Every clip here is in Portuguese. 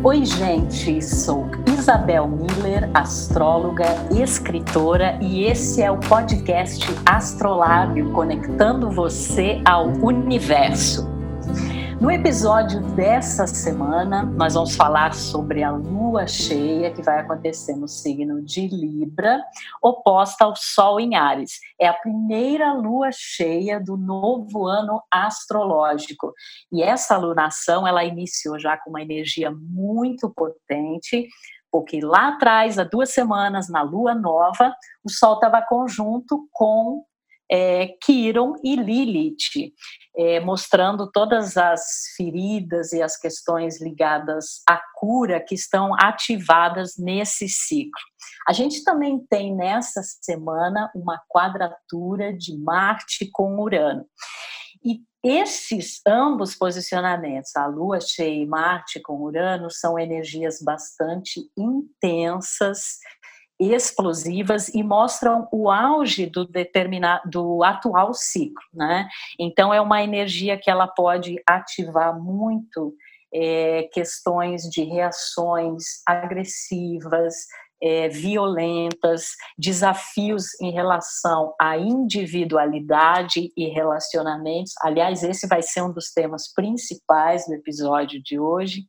Oi, gente, sou Isabel Miller, astróloga, escritora, e esse é o podcast Astrolábio, conectando você ao universo. No episódio dessa semana, nós vamos falar sobre a lua cheia que vai acontecer no signo de Libra, oposta ao Sol em Áries. É a primeira lua cheia do novo ano astrológico. E essa lunação, ela iniciou já com uma energia muito potente, porque lá atrás, há 2 semanas, na lua nova, o Sol estava conjunto com Quiron e Lilith, mostrando todas as feridas e as questões ligadas à cura que estão ativadas nesse ciclo. A gente também tem nessa semana uma quadratura de Marte com Urano. E esses ambos posicionamentos, a Lua cheia e Marte com Urano, são energias bastante intensas, explosivas e mostram o auge do atual ciclo, né? Então é uma energia que ela pode ativar muito questões de reações agressivas, violentas, desafios em relação à individualidade e relacionamentos. Aliás, esse vai ser um dos temas principais do episódio de hoje.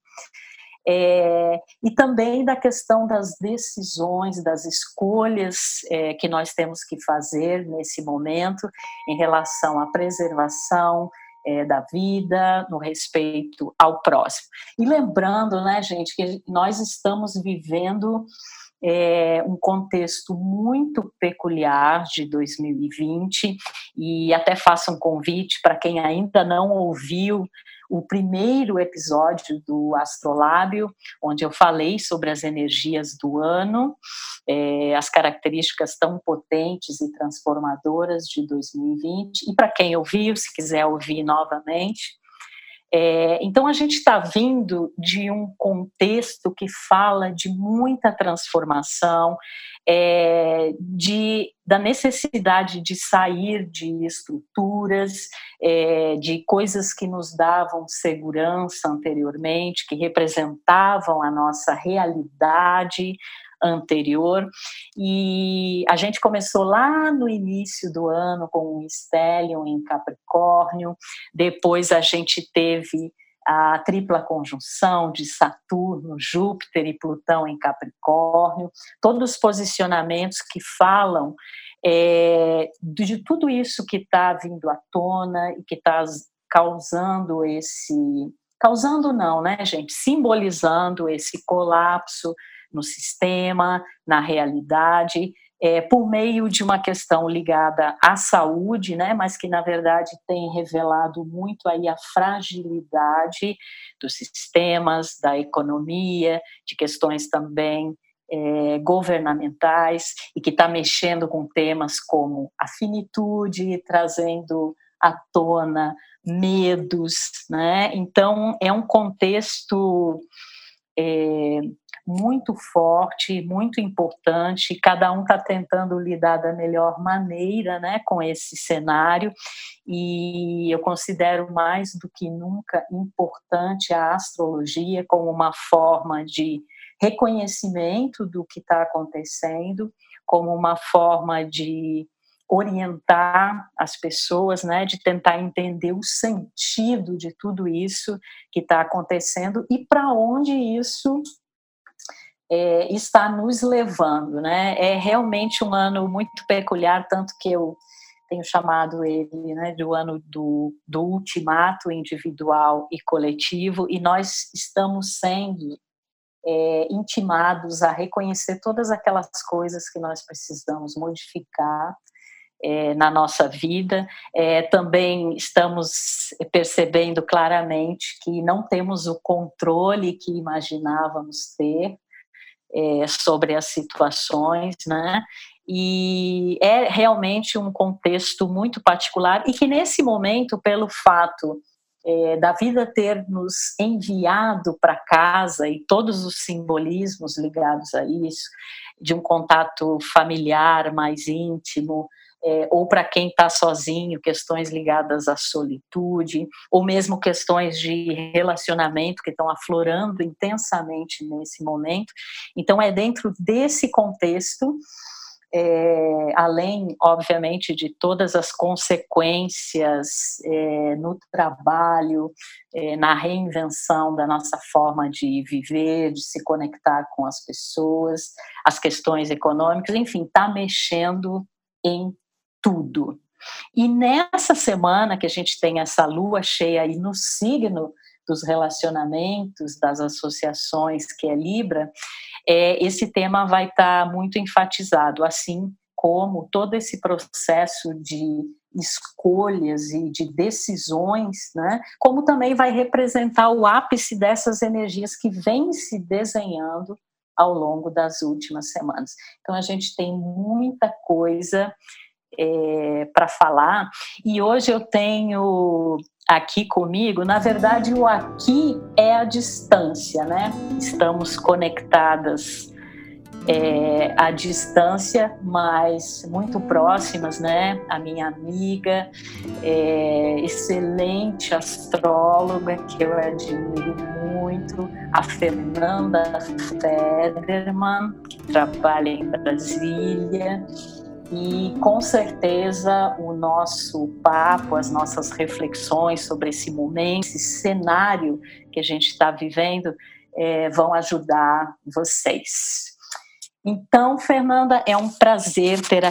E também da questão das decisões, das escolhas que nós temos que fazer nesse momento em relação à preservação da vida, no respeito ao próximo. E lembrando, né, gente, que nós estamos vivendo um contexto muito peculiar de 2020, e até faço um convite para quem ainda não ouviu o primeiro episódio do Astrolábio, onde eu falei sobre as energias do ano, as características tão potentes e transformadoras de 2020, e para quem ouviu, se quiser ouvir novamente. Então a gente está vindo de um contexto que fala de muita transformação, da necessidade de sair de estruturas, de coisas que nos davam segurança anteriormente, que representavam a nossa realidade anterior. E a gente começou lá no início do ano com o Stellium em Capricórnio, depois a gente teve a tripla conjunção de Saturno, Júpiter e Plutão em Capricórnio, todos os posicionamentos que falam de tudo isso que está vindo à tona e que está causando simbolizando esse colapso no sistema, na realidade, por meio de uma questão ligada à saúde, né, mas que, na verdade, tem revelado muito aí a fragilidade dos sistemas, da economia, de questões também governamentais, e que está mexendo com temas como a finitude, trazendo à tona medos, né? Então, é um contexto muito forte, muito importante, cada um está tentando lidar da melhor maneira, né, com esse cenário, e eu considero mais do que nunca importante a astrologia como uma forma de reconhecimento do que está acontecendo, como uma forma de orientar as pessoas, né, de tentar entender o sentido de tudo isso que está acontecendo e para onde isso está nos levando, né? É realmente um ano muito peculiar, tanto que eu tenho chamado ele, né, do ano do ultimato individual e coletivo, e nós estamos sendo intimados a reconhecer todas aquelas coisas que nós precisamos modificar na nossa vida. Também estamos percebendo claramente que não temos o controle que imaginávamos ter sobre as situações, né? E é realmente um contexto muito particular e que nesse momento, pelo fato da vida ter nos enviado para casa e todos os simbolismos ligados a isso, de um contato familiar mais íntimo, ou para quem está sozinho, questões ligadas à solitude, ou mesmo questões de relacionamento que estão aflorando intensamente nesse momento. Então, é dentro desse contexto, além, obviamente, de todas as consequências no trabalho, na reinvenção da nossa forma de viver, de se conectar com as pessoas, as questões econômicas, enfim, está mexendo em tudo. E nessa semana que a gente tem essa lua cheia aí no signo dos relacionamentos, das associações, que é Libra, esse tema vai estar muito enfatizado, assim como todo esse processo de escolhas e de decisões, né? Como também vai representar o ápice dessas energias que vêm se desenhando ao longo das últimas semanas. Então, a gente tem muita coisa para falar, e hoje eu tenho aqui comigo, na verdade o aqui é a distância, né? Estamos conectadas à distância, mas muito próximas, né? A minha amiga, excelente astróloga, que eu admiro muito, a Fernanda Federman, que trabalha em Brasília. E, com certeza, o nosso papo, as nossas reflexões sobre esse momento, esse cenário que a gente está vivendo, vão ajudar vocês. Então, Fernanda, é um prazer ter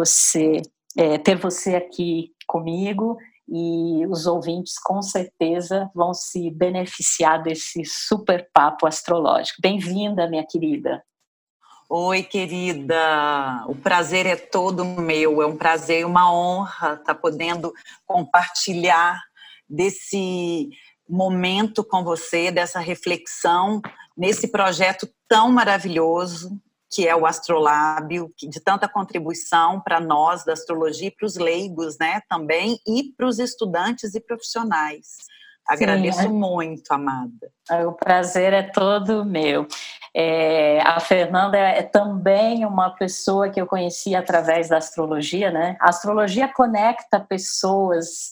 você aqui comigo, e os ouvintes, com certeza, vão se beneficiar desse super papo astrológico. Bem-vinda, minha querida. Oi, querida, o prazer é todo meu, é um prazer e uma honra estar podendo compartilhar desse momento com você, dessa reflexão, nesse projeto tão maravilhoso que é o Astrolábio, de tanta contribuição para nós da astrologia e para os leigos, né, também, e para os estudantes e profissionais. Agradeço muito, amada. O prazer é todo meu. A Fernanda é também uma pessoa que eu conheci através da astrologia, né? A astrologia conecta pessoas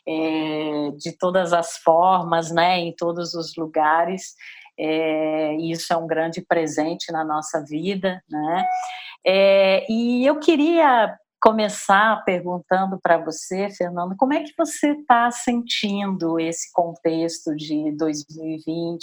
de todas as formas, né? Em todos os lugares. E isso é um grande presente na nossa vida, né? E eu queria começar perguntando para você, Fernanda, como é que você está sentindo esse contexto de 2020?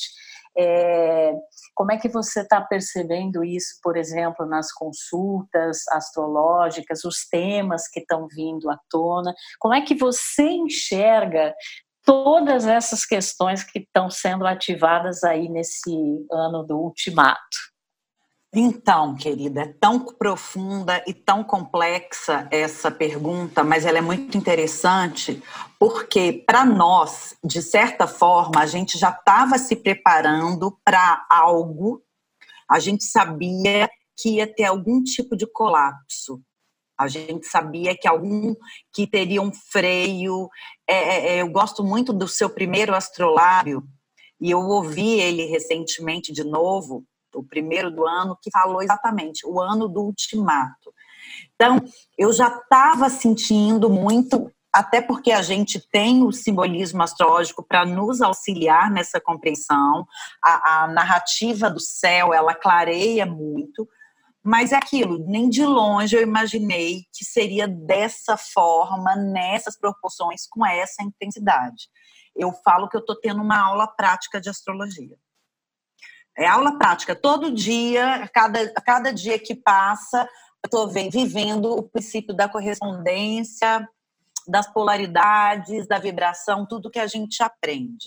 Como é que você está percebendo isso, por exemplo, nas consultas astrológicas, os temas que estão vindo à tona? Como é que você enxerga todas essas questões que estão sendo ativadas aí nesse ano do ultimato? Então, querida, é tão profunda e tão complexa essa pergunta, mas ela é muito interessante porque, para nós, de certa forma, a gente já estava se preparando para algo, a gente sabia que ia ter algum tipo de colapso, a gente sabia que teria um freio. Eu gosto muito do seu primeiro astrolábio, e eu ouvi ele recentemente de novo, o primeiro do ano, que falou exatamente o ano do ultimato. Então, eu já estava sentindo muito, até porque a gente tem o simbolismo astrológico para nos auxiliar nessa compreensão, a narrativa do céu, ela clareia muito, mas é aquilo, nem de longe eu imaginei que seria dessa forma, nessas proporções, com essa intensidade. Eu falo que eu estou tendo uma aula prática de astrologia. É aula prática, todo dia, a cada dia que passa, eu estou vivendo o princípio da correspondência, das polaridades, da vibração, tudo que a gente aprende.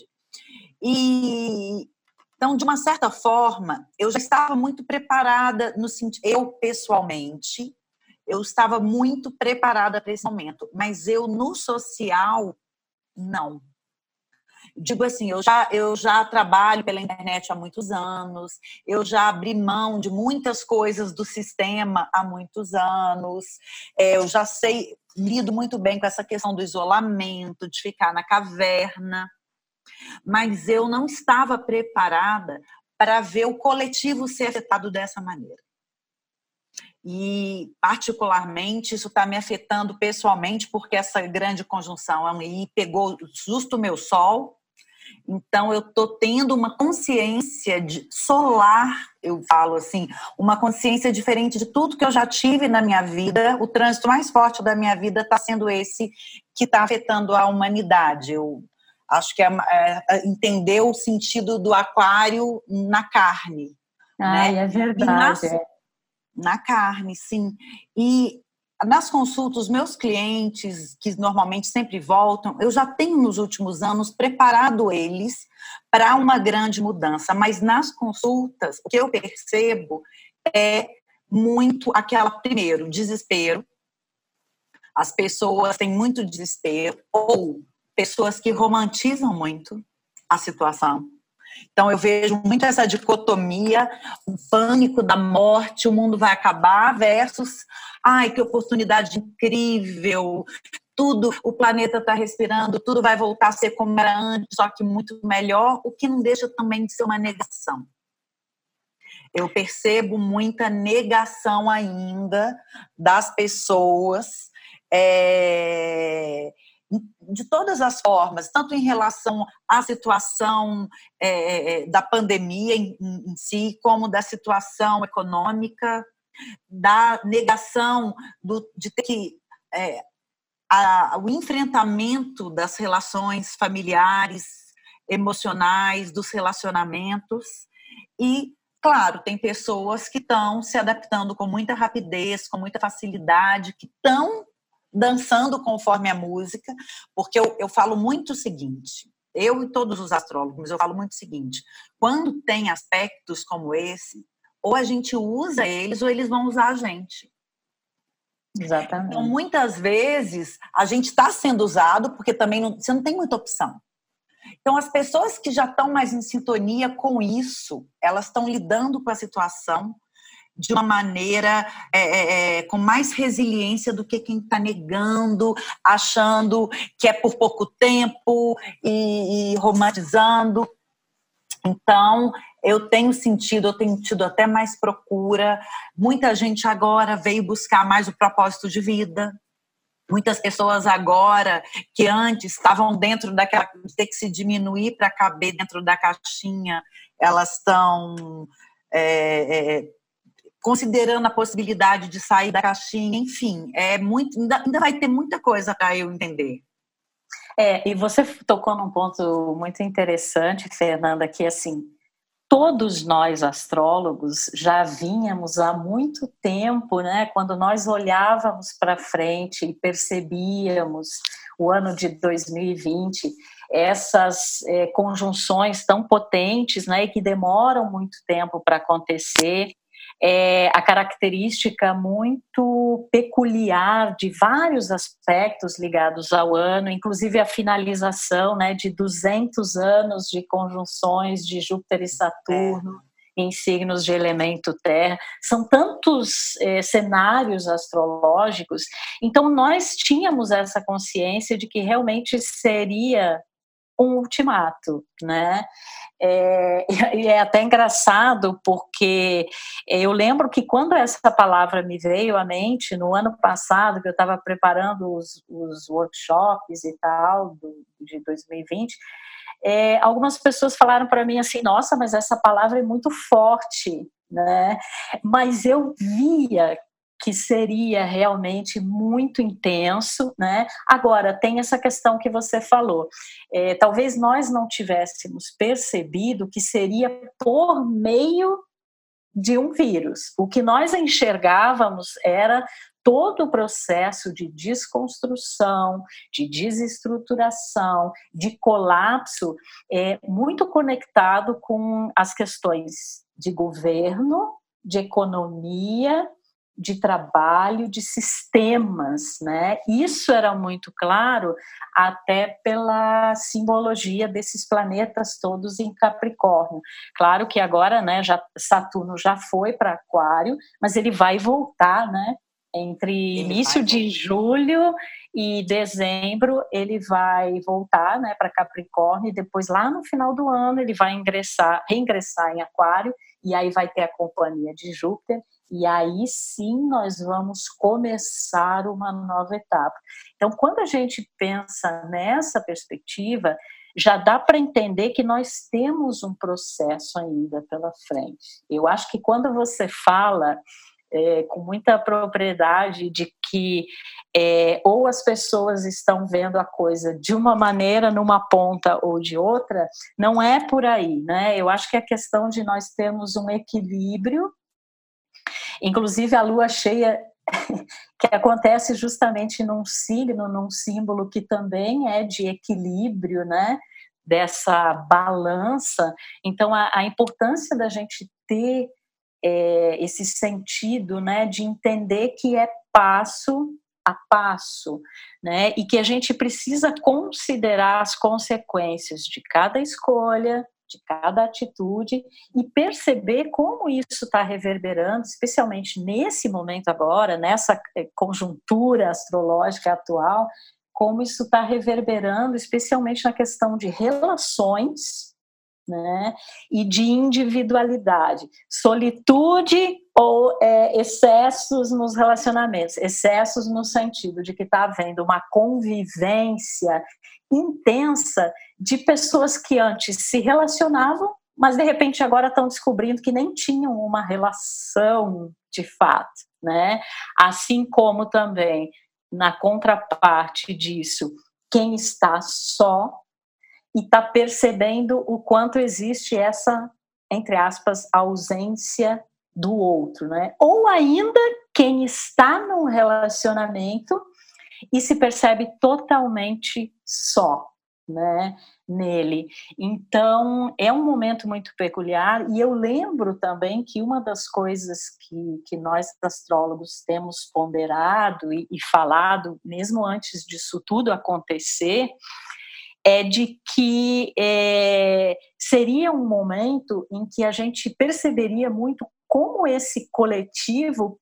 Então, de uma certa forma, eu já estava muito preparada, eu pessoalmente, eu estava muito preparada para esse momento, mas eu no social, não. Digo assim, eu já trabalho pela internet há muitos anos, eu já abri mão de muitas coisas do sistema há muitos anos, eu já lido muito bem com essa questão do isolamento, de ficar na caverna, mas eu não estava preparada para ver o coletivo ser afetado dessa maneira. e particularmente isso está me afetando pessoalmente, porque essa grande conjunção aí pegou justo o meu Sol. Então, eu estou tendo uma consciência solar, eu falo assim, uma consciência diferente de tudo que eu já tive na minha vida. O trânsito mais forte da minha vida está sendo esse que está afetando a humanidade. Eu acho que é entender o sentido do aquário na carne. Né? É verdade. Na carne, sim. E nas consultas, os meus clientes, que normalmente sempre voltam, eu já tenho nos últimos anos preparado eles para uma grande mudança, mas nas consultas, o que eu percebo é muito primeiro, desespero. As pessoas têm muito desespero, ou pessoas que romantizam muito a situação. Então, eu vejo muito essa dicotomia, o pânico da morte, o mundo vai acabar, versus, ai, que oportunidade incrível, tudo, o planeta está respirando, tudo vai voltar a ser como era antes, só que muito melhor, o que não deixa também de ser uma negação. Eu percebo muita negação ainda das pessoas, de todas as formas, tanto em relação à situação da pandemia em si, como da situação econômica, da negação de ter que o enfrentamento das relações familiares, emocionais, dos relacionamentos. E, claro, tem pessoas que estão se adaptando com muita rapidez, com muita facilidade, que estão dançando conforme a música, porque eu falo muito o seguinte, eu e todos os astrólogos, eu falo muito o seguinte, quando tem aspectos como esse, ou a gente usa eles, ou eles vão usar a gente. Exatamente. Então, muitas vezes, a gente está sendo usado, porque também você não tem muita opção. Então, as pessoas que já estão mais em sintonia com isso, elas estão lidando com a situação de uma maneira com mais resiliência do que quem está negando, achando que é por pouco tempo e romantizando. Então, eu tenho tido até mais procura. Muita gente agora veio buscar mais o propósito de vida. Muitas pessoas agora, que antes estavam dentro daquela, ter que se diminuir para caber dentro da caixinha, elas estão considerando a possibilidade de sair da caixinha, enfim, ainda vai ter muita coisa para eu entender. E você tocou num ponto muito interessante, Fernanda, que assim, todos nós astrólogos já vínhamos há muito tempo, né, quando nós olhávamos para frente e percebíamos o ano de 2020, essas conjunções tão potentes, né, e que demoram muito tempo para acontecer, a característica muito peculiar de vários aspectos ligados ao ano, inclusive a finalização, né, de 200 anos de conjunções de Júpiter e Saturno em signos de elemento terra. São tantos cenários astrológicos, então nós tínhamos essa consciência de que realmente seria um ultimato, né? E é até engraçado porque eu lembro que quando essa palavra me veio à mente no ano passado, que eu estava preparando os workshops e tal de 2020, algumas pessoas falaram para mim assim, nossa, mas essa palavra é muito forte, né? Mas eu via que seria realmente muito intenso, né? Agora, tem essa questão que você falou. Talvez nós não tivéssemos percebido que seria por meio de um vírus. O que nós enxergávamos era todo o processo de desconstrução, de desestruturação, de colapso, muito conectado com as questões de governo, de economia, de trabalho, de sistemas, né? Isso era muito claro até pela simbologia desses planetas todos em Capricórnio. Claro que agora, né, Saturno já foi para Aquário, mas ele vai voltar, né? Entre início de julho e dezembro ele vai voltar, né, para Capricórnio, e depois lá no final do ano ele vai reingressar em Aquário, e aí vai ter a companhia de Júpiter, E aí sim nós vamos começar uma nova etapa. Então, quando a gente pensa nessa perspectiva, já dá para entender que nós temos um processo ainda pela frente. Eu acho que quando você fala com muita propriedade de que ou as pessoas estão vendo a coisa de uma maneira, numa ponta ou de outra, não é por aí, né? Eu acho que é questão de nós termos um equilíbrio, inclusive a lua cheia que acontece justamente num signo, num símbolo que também é de equilíbrio, né? Dessa balança. Então, a importância da gente ter esse sentido, né, de entender que é passo a passo, né, e que a gente precisa considerar as consequências de cada escolha, de cada atitude e perceber como isso está reverberando, especialmente nesse momento agora, nessa conjuntura astrológica atual, como isso está reverberando, especialmente na questão de relações, né, e de individualidade, solitude ou excessos nos relacionamentos, excessos no sentido de que está havendo uma convivência intensa de pessoas que antes se relacionavam, mas de repente agora estão descobrindo que nem tinham uma relação de fato, né? Assim como também na contraparte disso, quem está só e está percebendo o quanto existe essa, entre aspas, ausência do outro, né? Ou ainda quem está num relacionamento e se percebe totalmente só, né, nele. Então, é um momento muito peculiar e eu lembro também que uma das coisas que nós astrólogos temos ponderado e falado, mesmo antes disso tudo acontecer, é de que seria um momento em que a gente perceberia muito como esse coletivo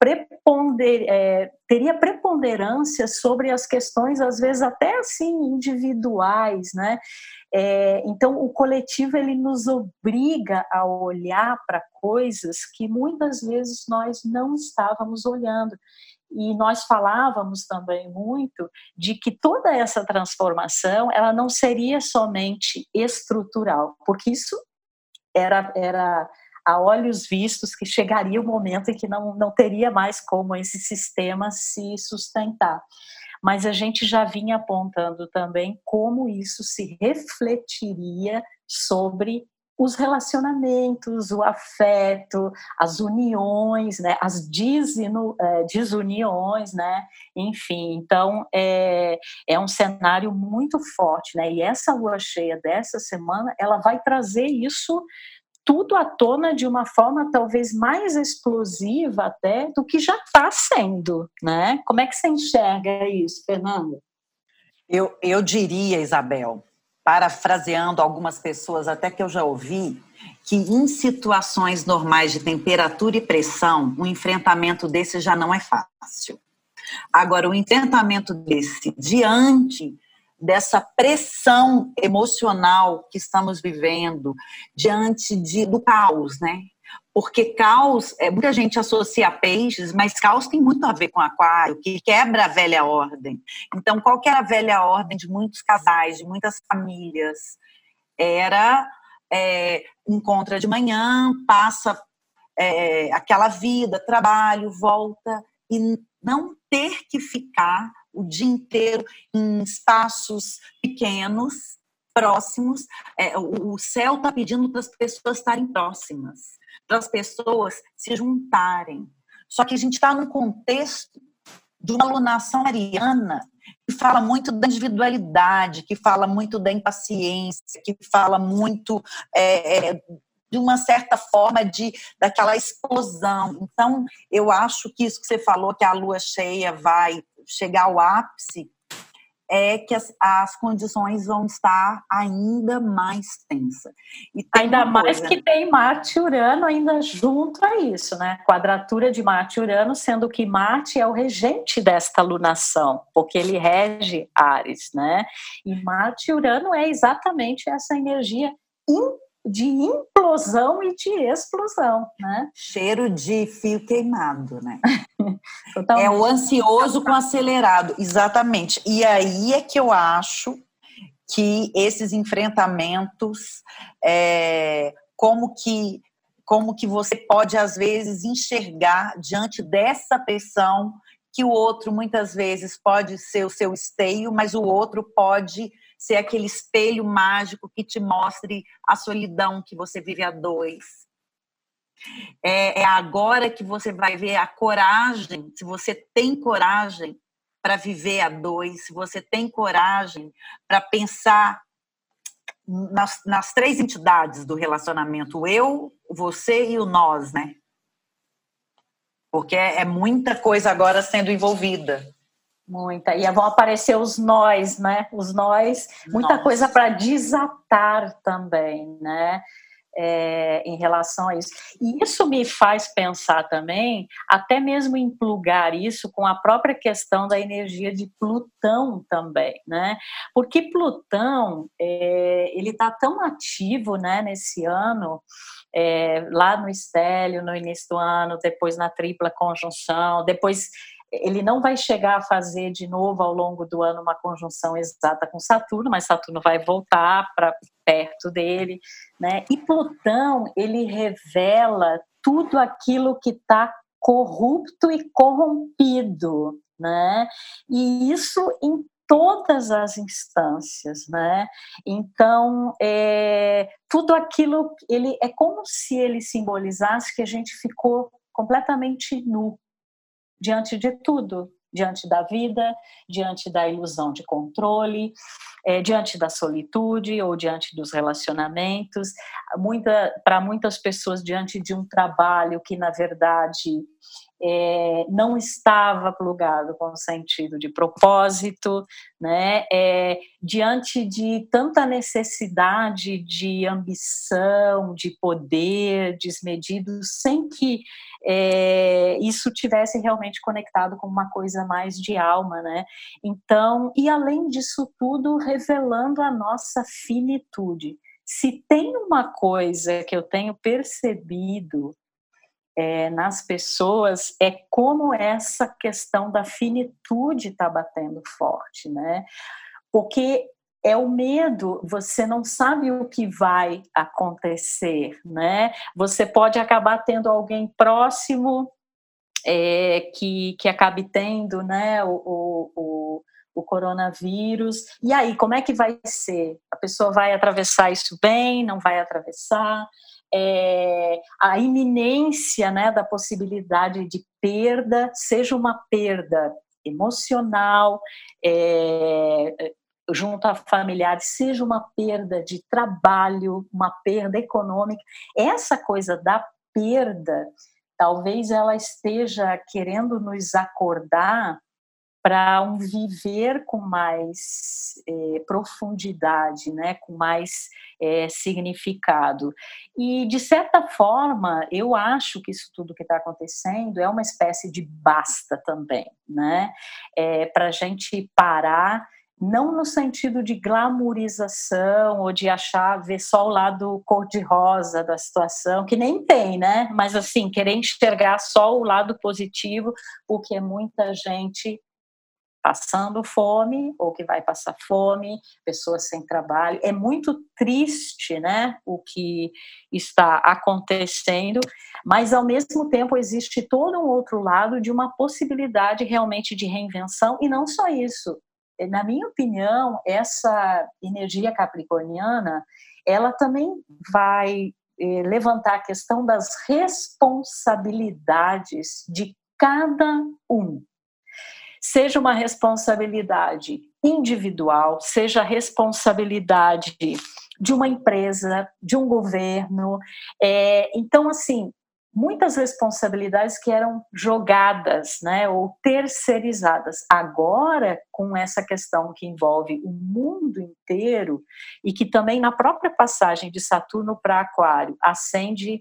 teria preponderância sobre as questões, às vezes até assim individuais, né? Então, o coletivo ele nos obriga a olhar para coisas que muitas vezes nós não estávamos olhando. E nós falávamos também muito de que toda essa transformação ela não seria somente estrutural, porque isso era a olhos vistos que chegaria o momento em que não teria mais como esse sistema se sustentar. Mas a gente já vinha apontando também como isso se refletiria sobre os relacionamentos, o afeto, as uniões, né, as desuniões, né, enfim, então é um cenário muito forte, né, e essa lua cheia dessa semana, ela vai trazer isso tudo à tona de uma forma talvez mais explosiva até do que já está sendo, né? Como é que você enxerga isso, Fernanda? Eu diria, Isabel, parafraseando algumas pessoas até que eu já ouvi, que em situações normais de temperatura e pressão, o enfrentamento desse já não é fácil. Agora, o enfrentamento desse diante dessa pressão emocional que estamos vivendo, diante do caos, né? Porque caos, muita gente associa a peixes, mas caos tem muito a ver com aquário, que quebra a velha ordem. Então, qual que era a velha ordem de muitos casais, de muitas famílias? Era encontra de manhã, passa aquela vida, trabalho, volta, e não ter que ficar o dia inteiro em espaços pequenos, próximos. O céu está pedindo para as pessoas estarem próximas, para as pessoas se juntarem. Só que a gente está num contexto de uma alunação ariana que fala muito da individualidade, que fala muito da impaciência, que fala muito de uma certa forma daquela explosão. Então, eu acho que isso que você falou, que a lua cheia vai chegar ao ápice, é que as condições vão estar ainda mais tensas. Ainda mais que tem Marte e Urano ainda junto a isso, né? Quadratura de Marte e Urano, sendo que Marte é o regente desta lunação, porque ele rege Áries, né? E Marte e Urano é exatamente essa energia de implosão e de explosão, né? Cheiro de fio queimado, né? Totalmente. É o ansioso com acelerado, exatamente. E aí é que eu acho que esses enfrentamentos, como que você pode, às vezes, enxergar diante dessa pressão que o outro, muitas vezes, pode ser o seu esteio, mas o outro pode ser aquele espelho mágico que te mostre a solidão que você vive a dois. É agora que você vai ver a coragem, se você tem coragem para viver a dois, se você tem coragem para pensar nas três entidades do relacionamento, o eu, você e o nós, né? Porque é muita coisa agora sendo envolvida. Muita. E vão aparecer os nós, né? Os nós, muita coisa para desatar também, né? Em relação a isso. E isso me faz pensar também, até mesmo em plugar isso com a própria questão da energia de Plutão também, né? Porque Plutão, ele está tão ativo, né, nesse ano, lá no estélio, no início do ano, depois na tripla conjunção, depois ele não vai chegar a fazer de novo ao longo do ano uma conjunção exata com Saturno, mas Saturno vai voltar para perto dele, né? E Plutão, ele revela tudo aquilo que está corrupto e corrompido, né? E isso em todas as instâncias, né? Então, tudo aquilo, ele é como se ele simbolizasse que a gente ficou completamente nu diante de tudo, diante da vida, diante da ilusão de controle, diante da solitude ou diante dos relacionamentos, para muitas pessoas diante de um trabalho que, na verdade, não estava plugado com o sentido de propósito, né? Diante de tanta necessidade de ambição, de poder desmedido, sem que isso tivesse realmente conectado com uma coisa mais de alma, né? Então, e além disso tudo, revelando a nossa finitude. Se tem uma coisa que eu tenho percebido nas pessoas, é como essa questão da finitude está batendo forte, né? Porque é o medo, você não sabe o que vai acontecer, né? Você pode acabar tendo alguém próximo que acabe tendo, né, o coronavírus. E aí, como é que vai ser? A pessoa vai atravessar isso bem? Não vai atravessar? A iminência, né, da possibilidade de perda, seja uma perda emocional, junto a familiares, seja uma perda de trabalho, uma perda econômica. Essa coisa da perda, talvez ela esteja querendo nos acordar para um viver com mais profundidade, né, com mais significado. E, de certa forma, eu acho que isso tudo que está acontecendo é uma espécie de basta também, né? Para a gente parar, não no sentido de glamourização ou de ver só o lado cor-de-rosa da situação, que nem tem, né? Mas, assim, querer enxergar só o lado positivo, porque muita gente passando fome ou que vai passar fome, pessoas sem trabalho. É muito triste, né, o que está acontecendo, mas ao mesmo tempo existe todo um outro lado de uma possibilidade realmente de reinvenção, e não só isso. Na minha opinião, essa energia capricorniana, ela também vai levantar a questão das responsabilidades de cada um. Seja uma responsabilidade individual, seja a responsabilidade de uma empresa, de um governo. Então, assim, muitas responsabilidades que eram jogadas, né, ou terceirizadas. Agora, com essa questão que envolve o mundo inteiro e que também na própria passagem de Saturno para Aquário acende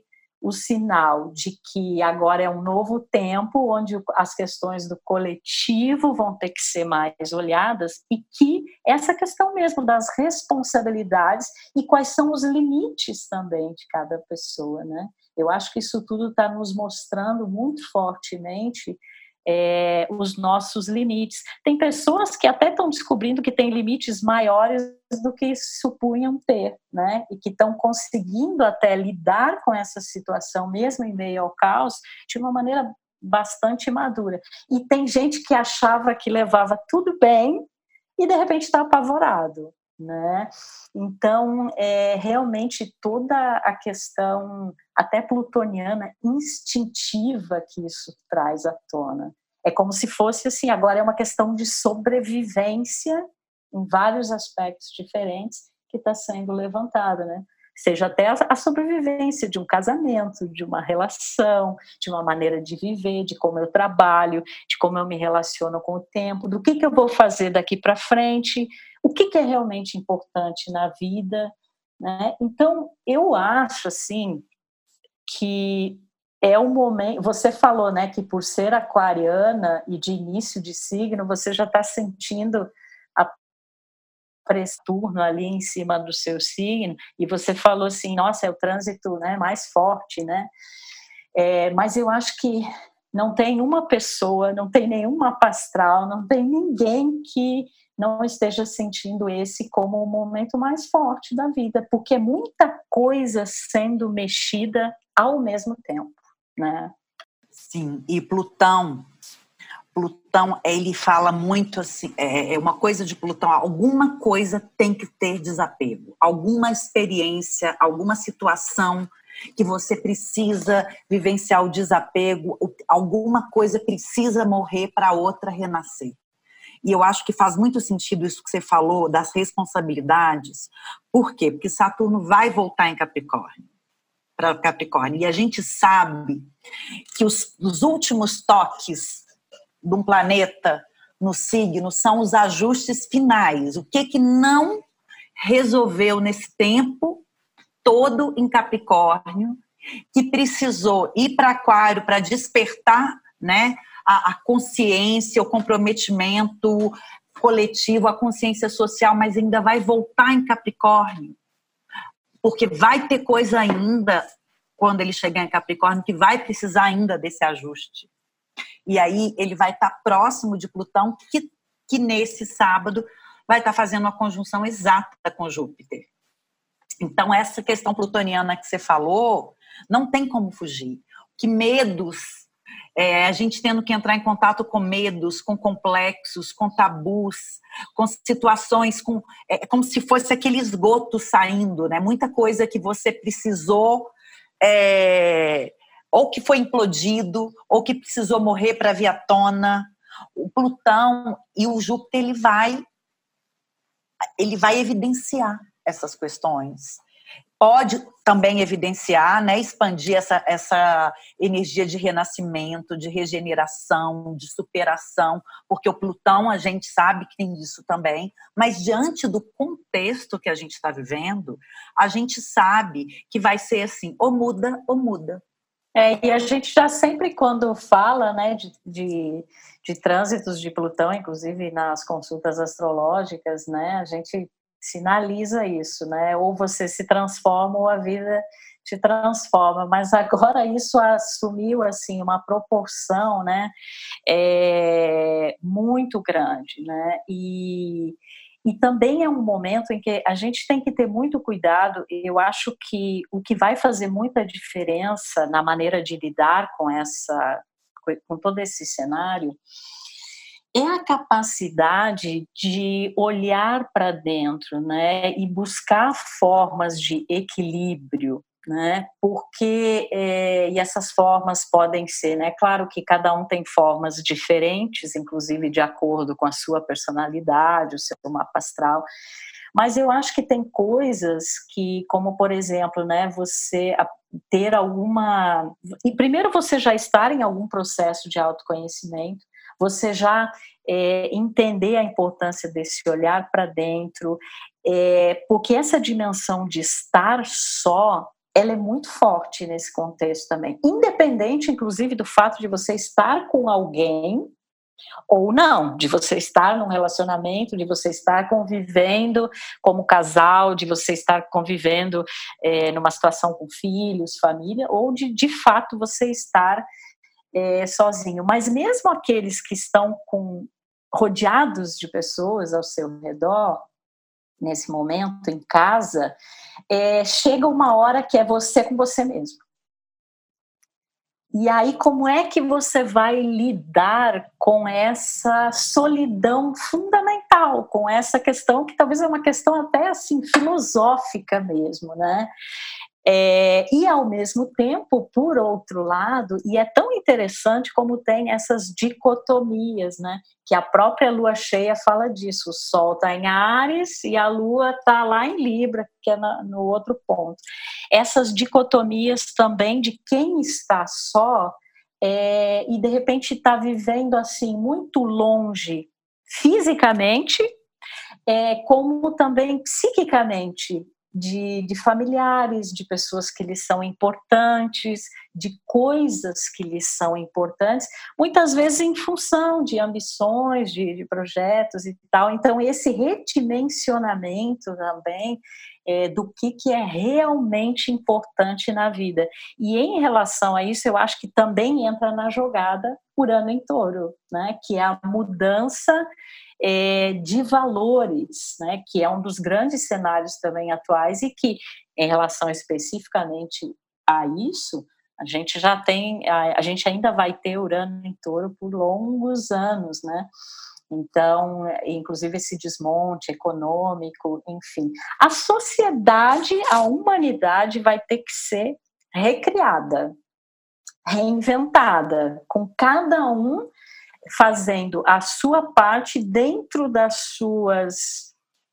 o sinal de que agora é um novo tempo, onde as questões do coletivo vão ter que ser mais olhadas, e que essa questão mesmo das responsabilidades e quais são os limites também de cada pessoa, né? Eu acho que isso tudo está nos mostrando muito fortemente os nossos limites. Tem pessoas que até estão descobrindo que têm limites maiores do que supunham ter, né? E que estão conseguindo até lidar com essa situação, mesmo em meio ao caos, de uma maneira bastante madura. E tem gente que achava que levava tudo bem e, de repente, está apavorado, né? Então, realmente toda a questão, até plutoniana, instintiva que isso traz à tona. É como se fosse assim, agora é uma questão de sobrevivência em vários aspectos diferentes que está sendo levantada, né? Seja até a sobrevivência de um casamento, de uma relação, de uma maneira de viver, de como eu trabalho, de como eu me relaciono com o tempo, do que eu vou fazer daqui para frente, o que é realmente importante na vida, né? Então, eu acho, assim, que é o momento... Você falou, né, que por ser aquariana e de início de signo, você já está sentindo a turno ali em cima do seu signo, e você falou assim, nossa, é o trânsito, né, mais forte, né? Mas eu acho que não tem uma pessoa, não tem nenhuma mapa astral, não tem ninguém que não esteja sentindo esse como o momento mais forte da vida, porque é muita coisa sendo mexida ao mesmo tempo, né? Sim, e Plutão, ele fala muito assim, é uma coisa de Plutão, alguma coisa tem que ter desapego, alguma experiência, alguma situação que você precisa vivenciar o desapego, alguma coisa precisa morrer para outra renascer. E eu acho que faz muito sentido isso que você falou das responsabilidades. Por quê? Porque Saturno vai voltar em Capricórnio, para Capricórnio, e a gente sabe que os últimos toques de um planeta no signo são os ajustes finais. O que não resolveu nesse tempo todo em Capricórnio, que precisou ir para Aquário para despertar, né, a consciência, o comprometimento coletivo, a consciência social, mas ainda vai voltar em Capricórnio, porque vai ter coisa ainda, quando ele chegar em Capricórnio, que vai precisar ainda desse ajuste. E aí ele vai estar próximo de Plutão, que nesse sábado vai estar fazendo uma conjunção exata com Júpiter. Então, essa questão plutoniana que você falou, não tem como fugir. Que medos, a gente tendo que entrar em contato com medos, com complexos, com tabus, com situações, como se fosse aquele esgoto saindo, né? Muita coisa que você precisou... ou que foi implodido, ou que precisou morrer para vir à tona. O Plutão e o Júpiter, ele vai evidenciar essas questões. Pode também evidenciar, né, expandir essa energia de renascimento, de regeneração, de superação, porque o Plutão, a gente sabe que tem isso também, mas diante do contexto que a gente está vivendo, a gente sabe que vai ser assim, ou muda ou muda. E a gente já sempre, quando fala, né, de trânsitos de Plutão, inclusive nas consultas astrológicas, né, a gente sinaliza isso, né, ou você se transforma ou a vida te transforma, mas agora isso assumiu, assim, uma proporção, né, muito grande, né, e também é um momento em que a gente tem que ter muito cuidado. Eu acho que o que vai fazer muita diferença na maneira de lidar com todo esse cenário é a capacidade de olhar para dentro, né, e buscar formas de equilíbrio, né, porque e essas formas podem ser, né, claro que cada um tem formas diferentes, inclusive de acordo com a sua personalidade, o seu mapa astral, mas eu acho que tem coisas que, como por exemplo, né, você ter alguma... E primeiro você já estar em algum processo de autoconhecimento, você já entender a importância desse olhar para dentro, porque essa dimensão de estar só ela é muito forte nesse contexto também, independente, inclusive, do fato de você estar com alguém ou não, de você estar num relacionamento, de você estar convivendo como casal, de você estar convivendo numa situação com filhos, família, ou de fato você estar sozinho. Mas mesmo aqueles que estão rodeados de pessoas ao seu redor, nesse momento, em casa, chega uma hora que é você com você mesmo. E aí, como é que você vai lidar com essa solidão fundamental, com essa questão que talvez é uma questão até assim filosófica mesmo, né? E ao mesmo tempo, por outro lado, e é tão interessante como tem essas dicotomias, né? Que a própria lua cheia fala disso, o sol está em Áries e a lua está lá em Libra, que é no outro ponto. Essas dicotomias também de quem está só e de repente está vivendo assim muito longe fisicamente, como também psiquicamente, de familiares, de pessoas que lhes são importantes, de coisas que lhes são importantes, muitas vezes em função de ambições, de projetos e tal. Então, esse redimensionamento também do que é realmente importante na vida. E em relação a isso, eu acho que também entra na jogada Urano em Touro, né? Que é a mudança de valores, né, que é um dos grandes cenários também atuais e que, em relação especificamente a isso, a gente já tem, a gente ainda vai ter Urano em Touro por longos anos, né? Então, inclusive esse desmonte econômico, enfim. A sociedade, a humanidade vai ter que ser recriada, reinventada, com cada um fazendo a sua parte dentro das suas,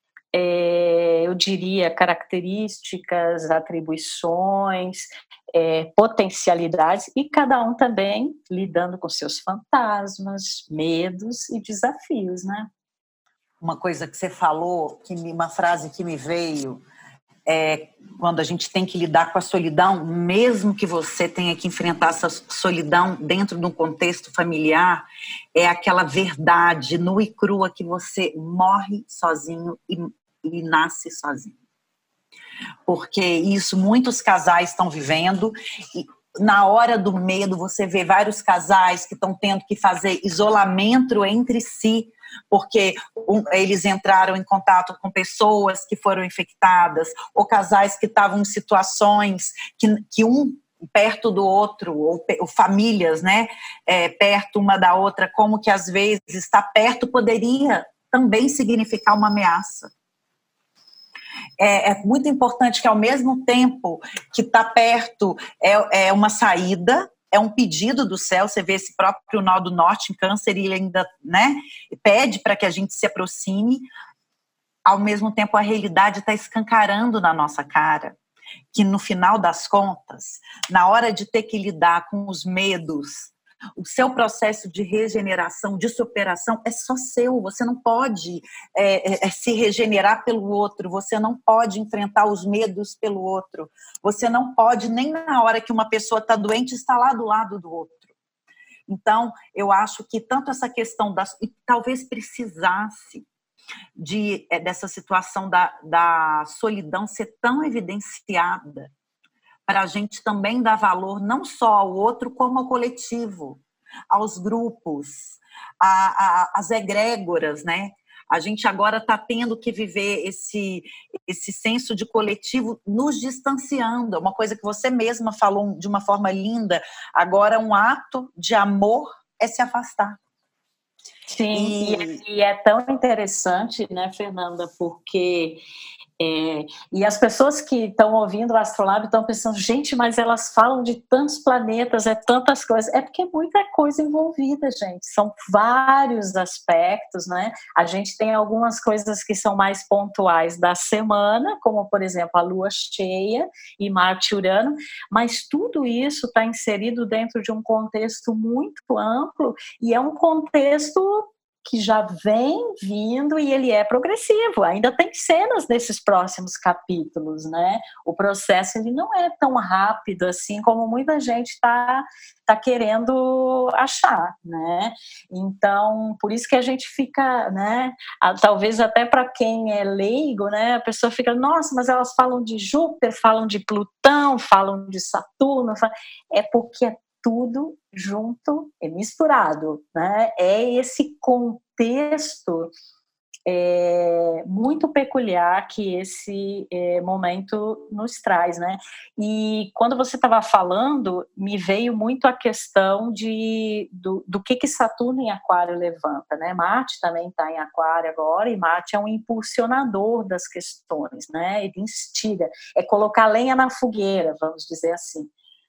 eu diria, características, atribuições, potencialidades, e cada um também lidando com seus fantasmas, medos e desafios, né? Uma coisa que você falou, uma frase que me veio, quando a gente tem que lidar com a solidão, mesmo que você tenha que enfrentar essa solidão dentro de um contexto familiar, é aquela verdade nua e crua que você morre sozinho e nasce sozinho. Porque isso muitos casais estão vivendo, e na hora do medo você vê vários casais que estão tendo que fazer isolamento entre si, porque eles entraram em contato com pessoas que foram infectadas, ou casais que estavam em situações que um perto do outro, ou famílias, né, perto uma da outra, como que às vezes estar perto poderia também significar uma ameaça. É muito importante que, ao mesmo tempo que está perto é uma saída, é um pedido do céu. Você vê esse próprio nó do norte em Câncer e ele ainda, né, pede para que a gente se aproxime. Ao mesmo tempo, a realidade está escancarando na nossa cara que, no final das contas, na hora de ter que lidar com os medos, o seu processo de regeneração, de superação é só seu. Você não pode se regenerar pelo outro, você não pode enfrentar os medos pelo outro, você não pode, nem na hora que uma pessoa está doente, estar lá do lado do outro. Então, eu acho que tanto essa questão e talvez precisasse dessa situação da solidão ser tão evidenciada, para a gente também dar valor não só ao outro, como ao coletivo, aos grupos, às egrégoras, né? A gente agora está tendo que viver esse senso de coletivo nos distanciando. É uma coisa que você mesma falou de uma forma linda. Agora, um ato de amor é se afastar. Sim, e é tão interessante, né, Fernanda, porque e as pessoas que estão ouvindo o Astrolab estão pensando, gente, mas elas falam de tantos planetas, tantas coisas. É porque é muita coisa envolvida, gente. São vários aspectos, né? A gente tem algumas coisas que são mais pontuais da semana, como, por exemplo, a Lua cheia e Marte e Urano, mas tudo isso está inserido dentro de um contexto muito amplo e é um contexto que já vem vindo e ele é progressivo, ainda tem cenas nesses próximos capítulos, né? O processo ele não é tão rápido assim como muita gente está querendo achar, né? Então, por isso que a gente fica, né? Talvez até para quem é leigo, né? A pessoa fica, nossa, mas elas falam de Júpiter, falam de Plutão, falam de Saturno, é porque é tudo junto e misturado, né? É esse contexto muito peculiar que esse momento nos traz, né? E quando você estava falando, me veio muito a questão do que Saturno em Aquário levanta, né? Marte também está em Aquário agora, e Marte é um impulsionador das questões, né? Ele instiga, é colocar lenha na fogueira, vamos dizer assim.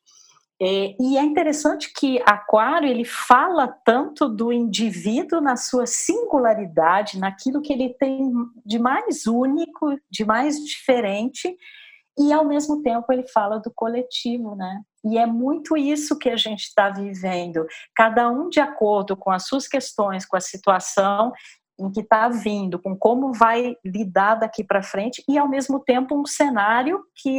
E é interessante que Aquário ele fala tanto do indivíduo na sua singularidade, naquilo que ele tem de mais único, de mais diferente, e ao mesmo tempo ele fala do coletivo, né? E é muito isso que a gente está vivendo, cada um de acordo com as suas questões, com a situação em que está vindo, com como vai lidar daqui para frente, e ao mesmo tempo um cenário que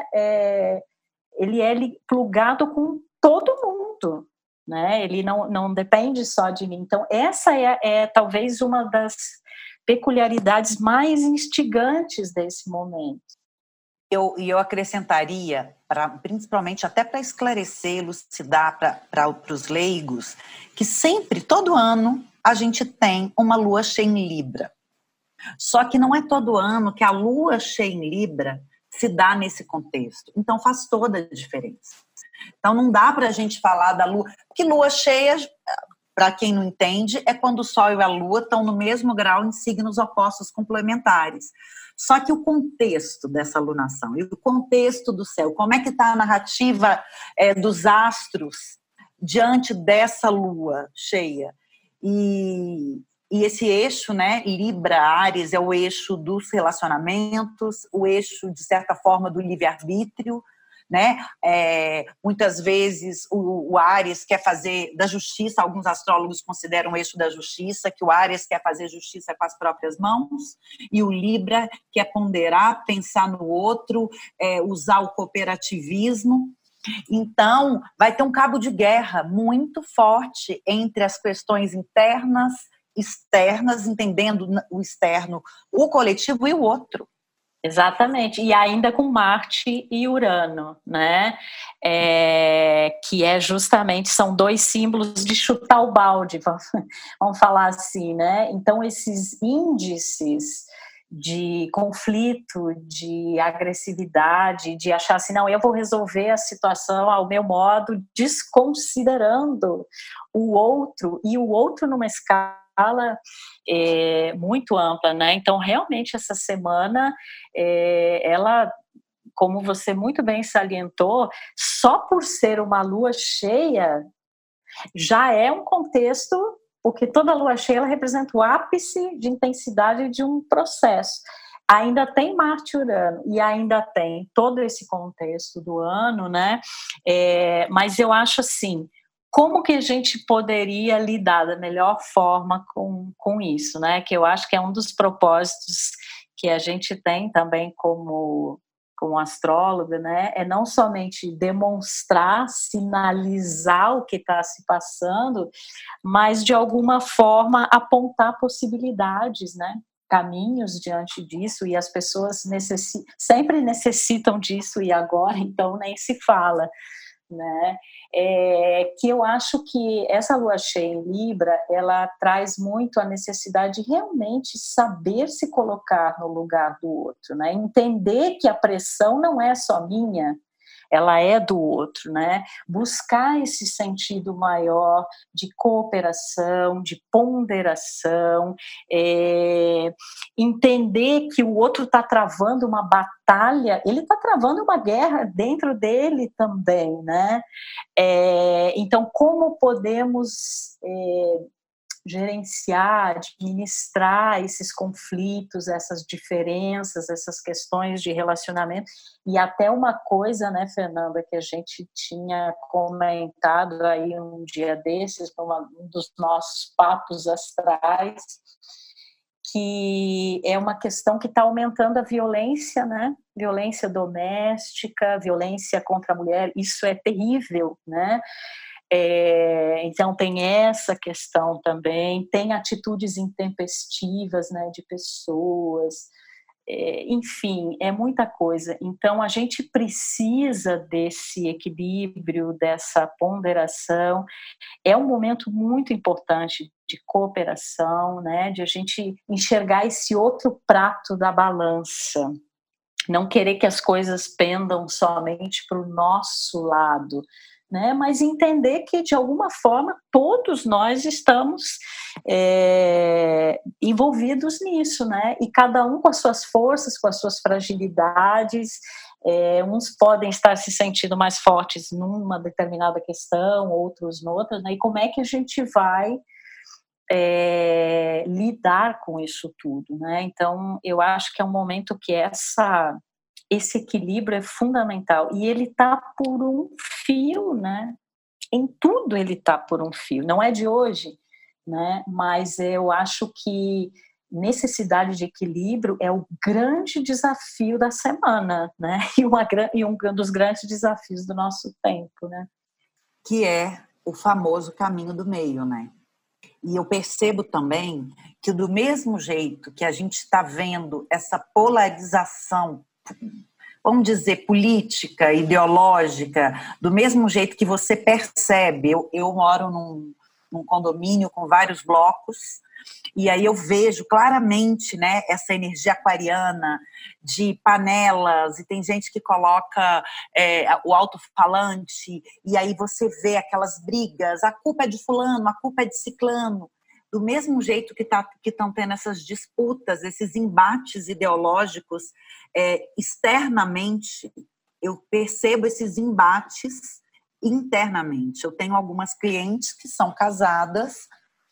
ele é plugado com todo mundo, né? Ele não depende só de mim. Então, essa é talvez uma das peculiaridades mais instigantes desse momento. Eu acrescentaria, principalmente até para esclarecer, elucidar para os leigos, que sempre, todo ano, a gente tem uma lua cheia em Libra. Só que não é todo ano que a lua cheia em Libra se dá nesse contexto. Então faz toda a diferença. Então não dá para a gente falar da lua, porque lua cheia, para quem não entende, é quando o Sol e a Lua estão no mesmo grau em signos opostos complementares. Só que o contexto dessa lunação e o contexto do céu, como é que está a narrativa dos astros diante dessa lua cheia? E esse eixo, né, Libra-Áries, é o eixo dos relacionamentos, o eixo, de certa forma, do livre-arbítrio, né? Muitas vezes o Áries quer fazer da justiça, alguns astrólogos consideram o eixo da justiça, que o Áries quer fazer justiça com as próprias mãos, e o Libra quer ponderar, pensar no outro, usar o cooperativismo. Então, vai ter um cabo de guerra muito forte entre as questões internas, externas, entendendo o externo, o coletivo e o outro. Exatamente, e ainda com Marte e Urano, né? Que justamente, são dois símbolos de chutar o balde, vamos falar assim, né? Então, esses índices de conflito, de agressividade, de achar assim, não, eu vou resolver a situação ao meu modo, desconsiderando o outro, e o outro numa escala muito ampla, né? Então, realmente, essa semana, ela, como você muito bem salientou, só por ser uma lua cheia, já é um contexto, porque toda lua cheia ela representa o ápice de intensidade de um processo. Ainda tem Marte e Urano, e ainda tem todo esse contexto do ano, né? Mas eu acho assim, como que a gente poderia lidar da melhor forma com isso, né? Que eu acho que é um dos propósitos que a gente tem também como astróloga, né? É não somente demonstrar, sinalizar o que está se passando, mas de alguma forma apontar possibilidades, né? Caminhos diante disso, e as pessoas sempre necessitam disso, e agora então nem se fala, né? Que eu acho que essa lua cheia em Libra, ela traz muito a necessidade de realmente saber se colocar no lugar do outro, né? Entender que a pressão não é só minha, ela é do outro, né? Buscar esse sentido maior de cooperação, de ponderação, entender que o outro está travando uma batalha, ele está travando uma guerra dentro dele também, né? Então, como podemos gerenciar, administrar esses conflitos, essas diferenças, essas questões de relacionamento. E até uma coisa, né, Fernanda, que a gente tinha comentado aí um dia desses, um dos nossos papos astrais, que é uma questão que está aumentando a violência, né? Violência doméstica, violência contra a mulher, isso é terrível, né? Então tem essa questão também, tem atitudes intempestivas, né, de pessoas, enfim, é muita coisa. Então a gente precisa desse equilíbrio, dessa ponderação. É um momento muito importante de cooperação, né, de a gente enxergar esse outro prato da balança, não querer que as coisas pendam somente para o nosso lado, né, mas entender que, de alguma forma, todos nós estamos envolvidos nisso, né, e cada um com as suas forças, com as suas fragilidades. Uns podem estar se sentindo mais fortes numa determinada questão, outros noutra, né, e como é que a gente vai lidar com isso tudo, né? Então, eu acho que é um momento que esse equilíbrio é fundamental, e ele está por um fio, né? Em tudo ele está por um fio, não é de hoje, né? Mas eu acho que necessidade de equilíbrio é o grande desafio da semana, né? E um dos grandes desafios do nosso tempo, né? Que é o famoso caminho do meio, né? E eu percebo também que, do mesmo jeito que a gente está vendo essa polarização, vamos dizer, política, ideológica, do mesmo jeito que você percebe, eu moro num condomínio com vários blocos, e aí eu vejo claramente, né, essa energia aquariana de panelas, e tem gente que coloca o alto-falante, e aí você vê aquelas brigas, a culpa é de fulano, a culpa é de ciclano. Do mesmo jeito que estão tendo essas disputas, esses embates ideológicos, externamente, eu percebo esses embates internamente. Eu tenho algumas clientes que são casadas,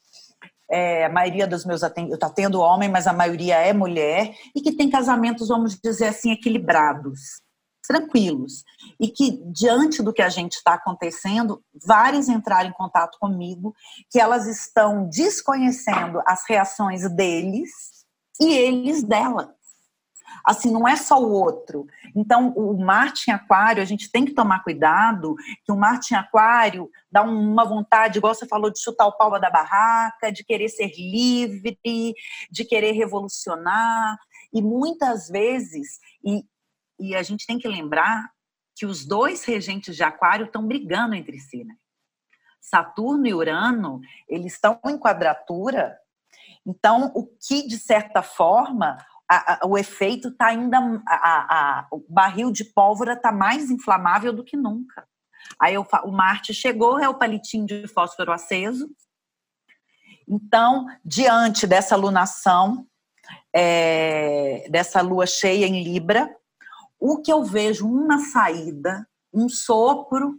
a maioria dos meus eu estou tendo homem, mas a maioria é mulher, e que tem casamentos, vamos dizer assim, equilibrados, tranquilos, e que, diante do que a gente está acontecendo, várias entraram em contato comigo, que elas estão desconhecendo as reações deles e eles dela. Assim, não é só o outro. Então, o Marte em Aquário, a gente tem que tomar cuidado, que o Marte em Aquário dá uma vontade, igual você falou, de chutar o pau da barraca, de querer ser livre, de querer revolucionar, e muitas vezes, e a gente tem que lembrar que os dois regentes de Aquário estão brigando entre si, né? Saturno e Urano, eles estão em quadratura, então, o que, de certa forma, o efeito está ainda... o barril de pólvora está mais inflamável do que nunca. Aí o Marte chegou, é o palitinho de fósforo aceso. Então, diante dessa lunação, dessa lua cheia em Libra, o que eu vejo uma saída, um sopro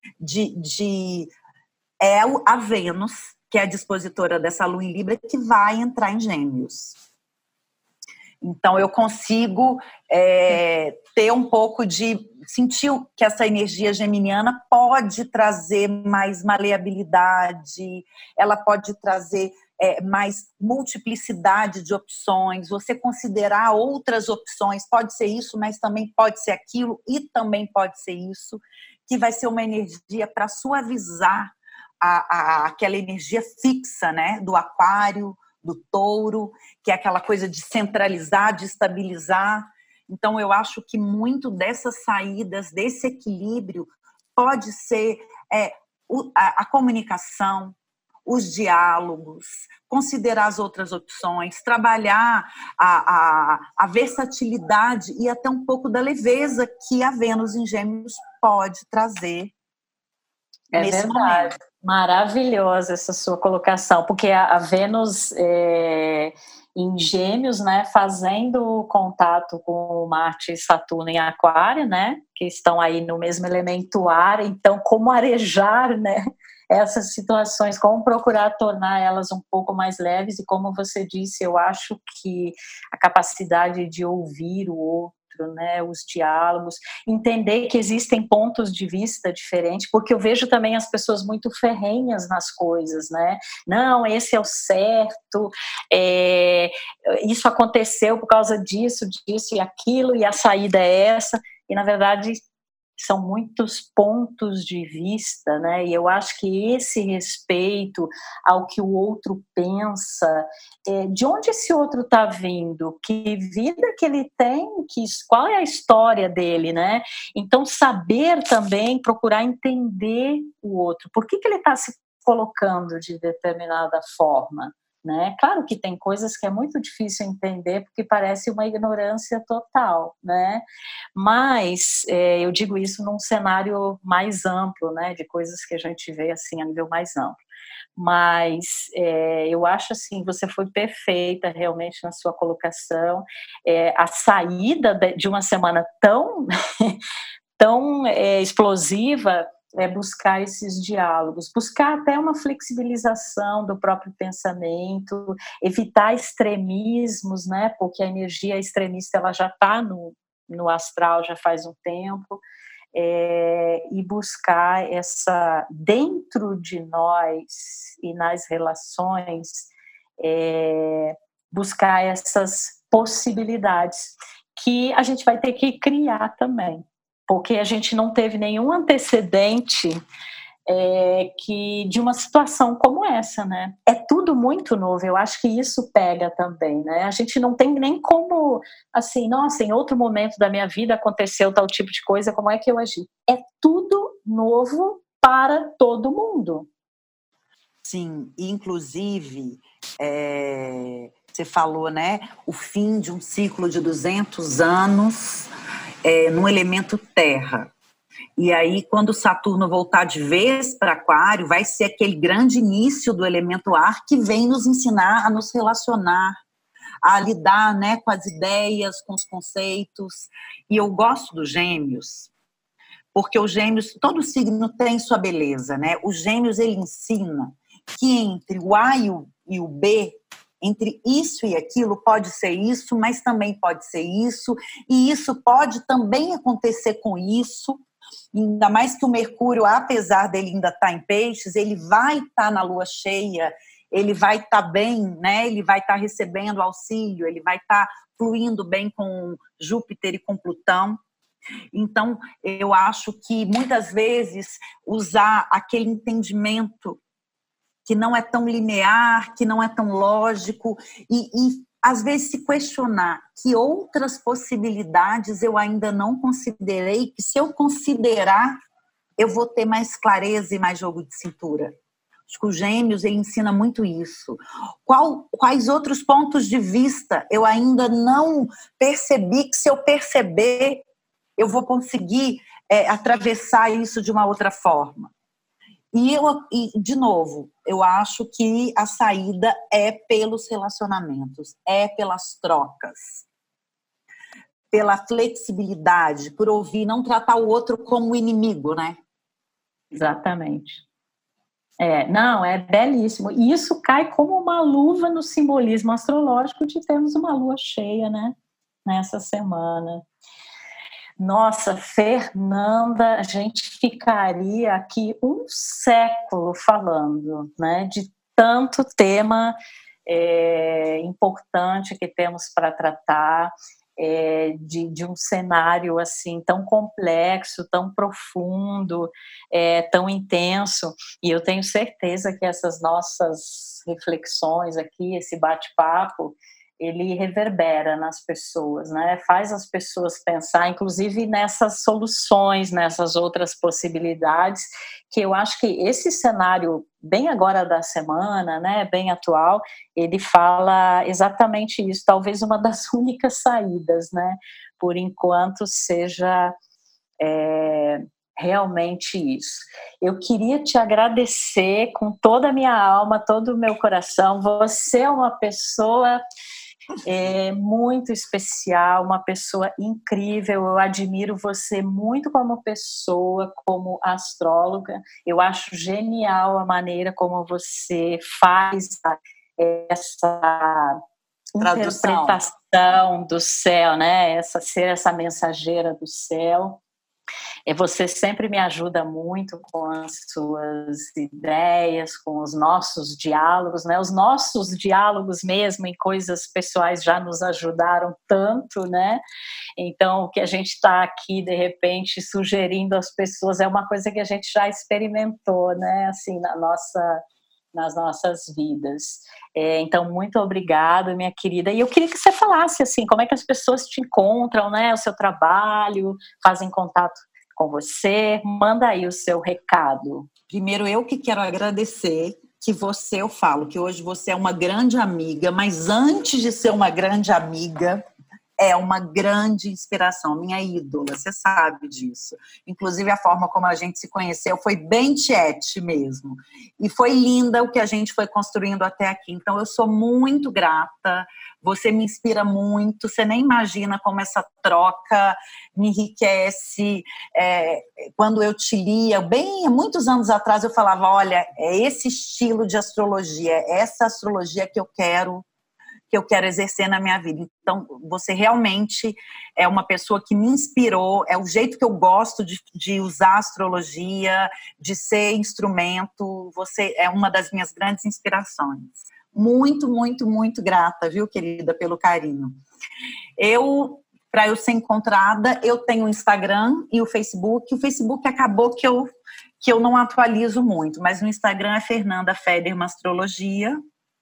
é a Vênus, que é a dispositora dessa lua em Libra, que vai entrar em Gêmeos. Então, eu consigo ter um pouco de... sentir que essa energia geminiana pode trazer mais maleabilidade, ela pode trazer mais multiplicidade de opções, você considerar outras opções, pode ser isso, mas também pode ser aquilo, e também pode ser isso, que vai ser uma energia para suavizar aquela energia fixa, né, do Aquário, do Touro, que é aquela coisa de centralizar, de estabilizar. Então, eu acho que muito dessas saídas, desse equilíbrio, pode ser a comunicação, os diálogos, considerar as outras opções, trabalhar a versatilidade e até um pouco da leveza que a Vênus em Gêmeos pode trazer. É verdade. Momento. Maravilhosa essa sua colocação, porque a Vênus em Gêmeos, né, fazendo contato com Marte e Saturno em Aquário, né, que estão aí no mesmo elemento ar, então como arejar, né, essas situações, como procurar tornar elas um pouco mais leves, e como você disse, eu acho que a capacidade de ouvir o outro, né, os diálogos, entender que existem pontos de vista diferentes, porque eu vejo também as pessoas muito ferrenhas nas coisas, né? Não, esse é o certo, isso aconteceu por causa disso, disso e aquilo, e a saída é essa, e na verdade são muitos pontos de vista, né? E eu acho que esse respeito ao que o outro pensa, de onde esse outro está vindo, que vida que ele tem, qual é a história dele, né? Então, saber também, procurar entender o outro. Por que ele está se colocando de determinada forma? Né? Claro que tem coisas que é muito difícil entender, porque parece uma ignorância total, né? Mas eu digo isso num cenário mais amplo, né? De coisas que a gente vê assim a nível mais amplo. Mas eu acho assim, você foi perfeita realmente na sua colocação. A saída de uma semana tão tão explosiva é buscar esses diálogos, buscar até uma flexibilização do próprio pensamento, evitar extremismos, né? Porque a energia extremista ela já está no astral já faz um tempo, e buscar dentro de nós e nas relações, buscar essas possibilidades que a gente vai ter que criar também, porque a gente não teve nenhum antecedente de uma situação como essa, né? É tudo muito novo, eu acho que isso pega também, né? A gente não tem nem como, assim, nossa, em outro momento da minha vida aconteceu tal tipo de coisa, como é que eu agi? É tudo novo para todo mundo. Sim, inclusive, você falou, né, o fim de um ciclo de 200 anos no elemento terra. E aí, quando Saturno voltar de vez para Aquário, vai ser aquele grande início do elemento ar que vem nos ensinar a nos relacionar, a lidar, né, com as ideias, com os conceitos. E eu gosto dos Gêmeos, porque os Gêmeos, todo signo tem sua beleza, né? Os Gêmeos, ele ensina que entre o A e o B, entre isso e aquilo, pode ser isso, mas também pode ser isso, e isso pode também acontecer com isso. Ainda mais que o Mercúrio, apesar dele ainda estar em Peixes, ele vai estar na lua cheia, ele vai estar bem, né? Ele vai estar recebendo auxílio, ele vai estar fluindo bem com Júpiter e com Plutão. Então, eu acho que muitas vezes usar aquele entendimento que não é tão linear, que não é tão lógico, e às vezes se questionar que outras possibilidades eu ainda não considerei, que se eu considerar, eu vou ter mais clareza e mais jogo de cintura. Acho que o Gêmeos, ele ensina muito isso. Quais outros pontos de vista eu ainda não percebi, que se eu perceber, eu vou conseguir atravessar isso de uma outra forma. E, de novo, eu acho que a saída é pelos relacionamentos, é pelas trocas, pela flexibilidade, por ouvir, não tratar o outro como inimigo, né? Exatamente. Não, é belíssimo. E isso cai como uma luva no simbolismo astrológico de termos uma lua cheia, né? Nessa semana. Nossa, Fernanda, a gente ficaria aqui um século falando, né, de tanto tema importante que temos para tratar, de um cenário assim tão complexo, tão profundo, tão intenso. E eu tenho certeza que essas nossas reflexões aqui, esse bate-papo, ele reverbera nas pessoas, né? Faz as pessoas pensar, inclusive nessas soluções, nessas outras possibilidades, que eu acho que esse cenário, bem agora da semana, né, bem atual, ele fala exatamente isso, talvez uma das únicas saídas, né? Por enquanto seja realmente isso. Eu queria te agradecer com toda a minha alma, todo o meu coração. Você é uma pessoa é muito especial, uma pessoa incrível. Eu admiro você muito como pessoa, como astróloga. Eu acho genial a maneira como você faz essa interpretação do céu, né? Ser essa mensageira do céu. Você sempre me ajuda muito com as suas ideias, com os nossos diálogos, né? Os nossos diálogos mesmo em coisas pessoais já nos ajudaram tanto, né? Então, o que a gente está aqui, de repente, sugerindo às pessoas é uma coisa que a gente já experimentou, né? Assim, nas nossas vidas. Então, muito obrigada, minha querida. E eu queria que você falasse, assim, como é que as pessoas te encontram, né? O seu trabalho, fazem contato com você. Manda aí o seu recado. Primeiro, eu que quero agradecer que eu falo que hoje você é uma grande amiga, mas antes de ser uma grande amiga, é uma grande inspiração, minha ídola, você sabe disso. Inclusive, a forma como a gente se conheceu foi bem tiete mesmo. E foi linda o que a gente foi construindo até aqui. Então, eu sou muito grata, você me inspira muito, você nem imagina como essa troca me enriquece. Quando eu te lia, bem há muitos anos atrás, eu falava, olha, é esse estilo de astrologia, é essa astrologia que eu quero exercer na minha vida. Então, você realmente é uma pessoa que me inspirou, é o jeito que eu gosto de usar a astrologia, de ser instrumento. Você é uma das minhas grandes inspirações. Muito, muito, muito grata, viu, querida, pelo carinho. Para eu ser encontrada, eu tenho o Instagram e o Facebook. O Facebook acabou que eu não atualizo muito, mas no Instagram é Fernanda Federman Astrologia.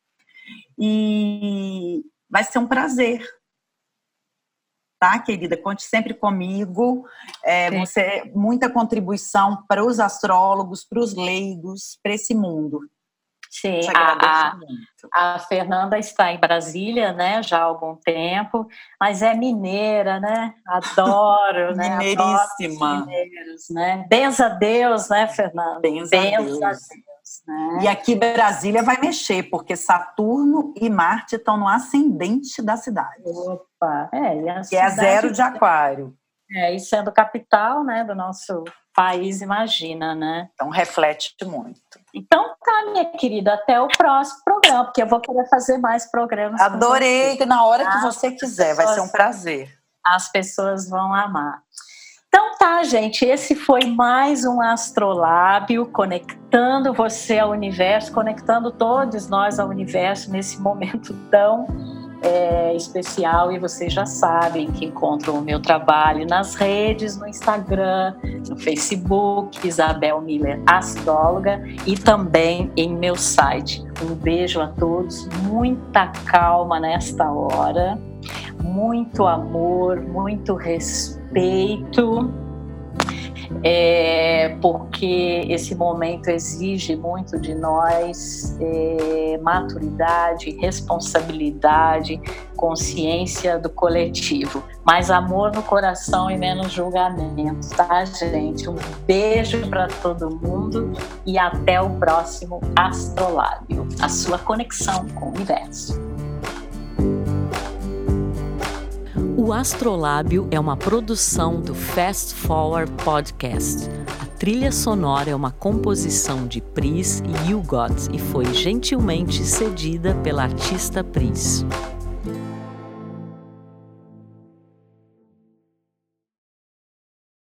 E vai ser um prazer, tá, querida? Conte sempre comigo. Você muita contribuição para os astrólogos, para os leigos, para esse mundo. Sim, a Fernanda está em Brasília, né, já há algum tempo, mas é mineira, né? Adoro, né? Mineiríssima. Adoro mineiros, né? Benza a Deus, né, Fernanda? Benza a Deus. Né? E aqui Brasília vai mexer, porque Saturno e Marte estão no ascendente da cidade. Opa! Que é 0 de Aquário. E sendo capital, né, do nosso país, imagina, né? Então reflete muito. Então tá, minha querida, até o próximo programa, porque eu vou querer fazer mais programas. Adorei, na hora que você quiser, vai ser um prazer. As pessoas vão amar. Então tá, gente, esse foi mais um Astrolábio, conectando você ao universo, conectando todos nós ao universo nesse momento tão especial. E vocês já sabem que encontram o meu trabalho nas redes, no Instagram, no Facebook, Isabel Miller Astróloga, e também em meu site. Um beijo a todos, muita calma nesta hora, muito amor, muito respeito, porque esse momento exige muito de nós, maturidade, responsabilidade, consciência do coletivo, mais amor no coração e menos julgamento, tá, gente? Um beijo para todo mundo e até o próximo Astrolábio, a sua conexão com o universo. O Astrolábio é uma produção do Fast Forward Podcast. A trilha sonora é uma composição de Pris e Hugot e foi gentilmente cedida pela artista Pris.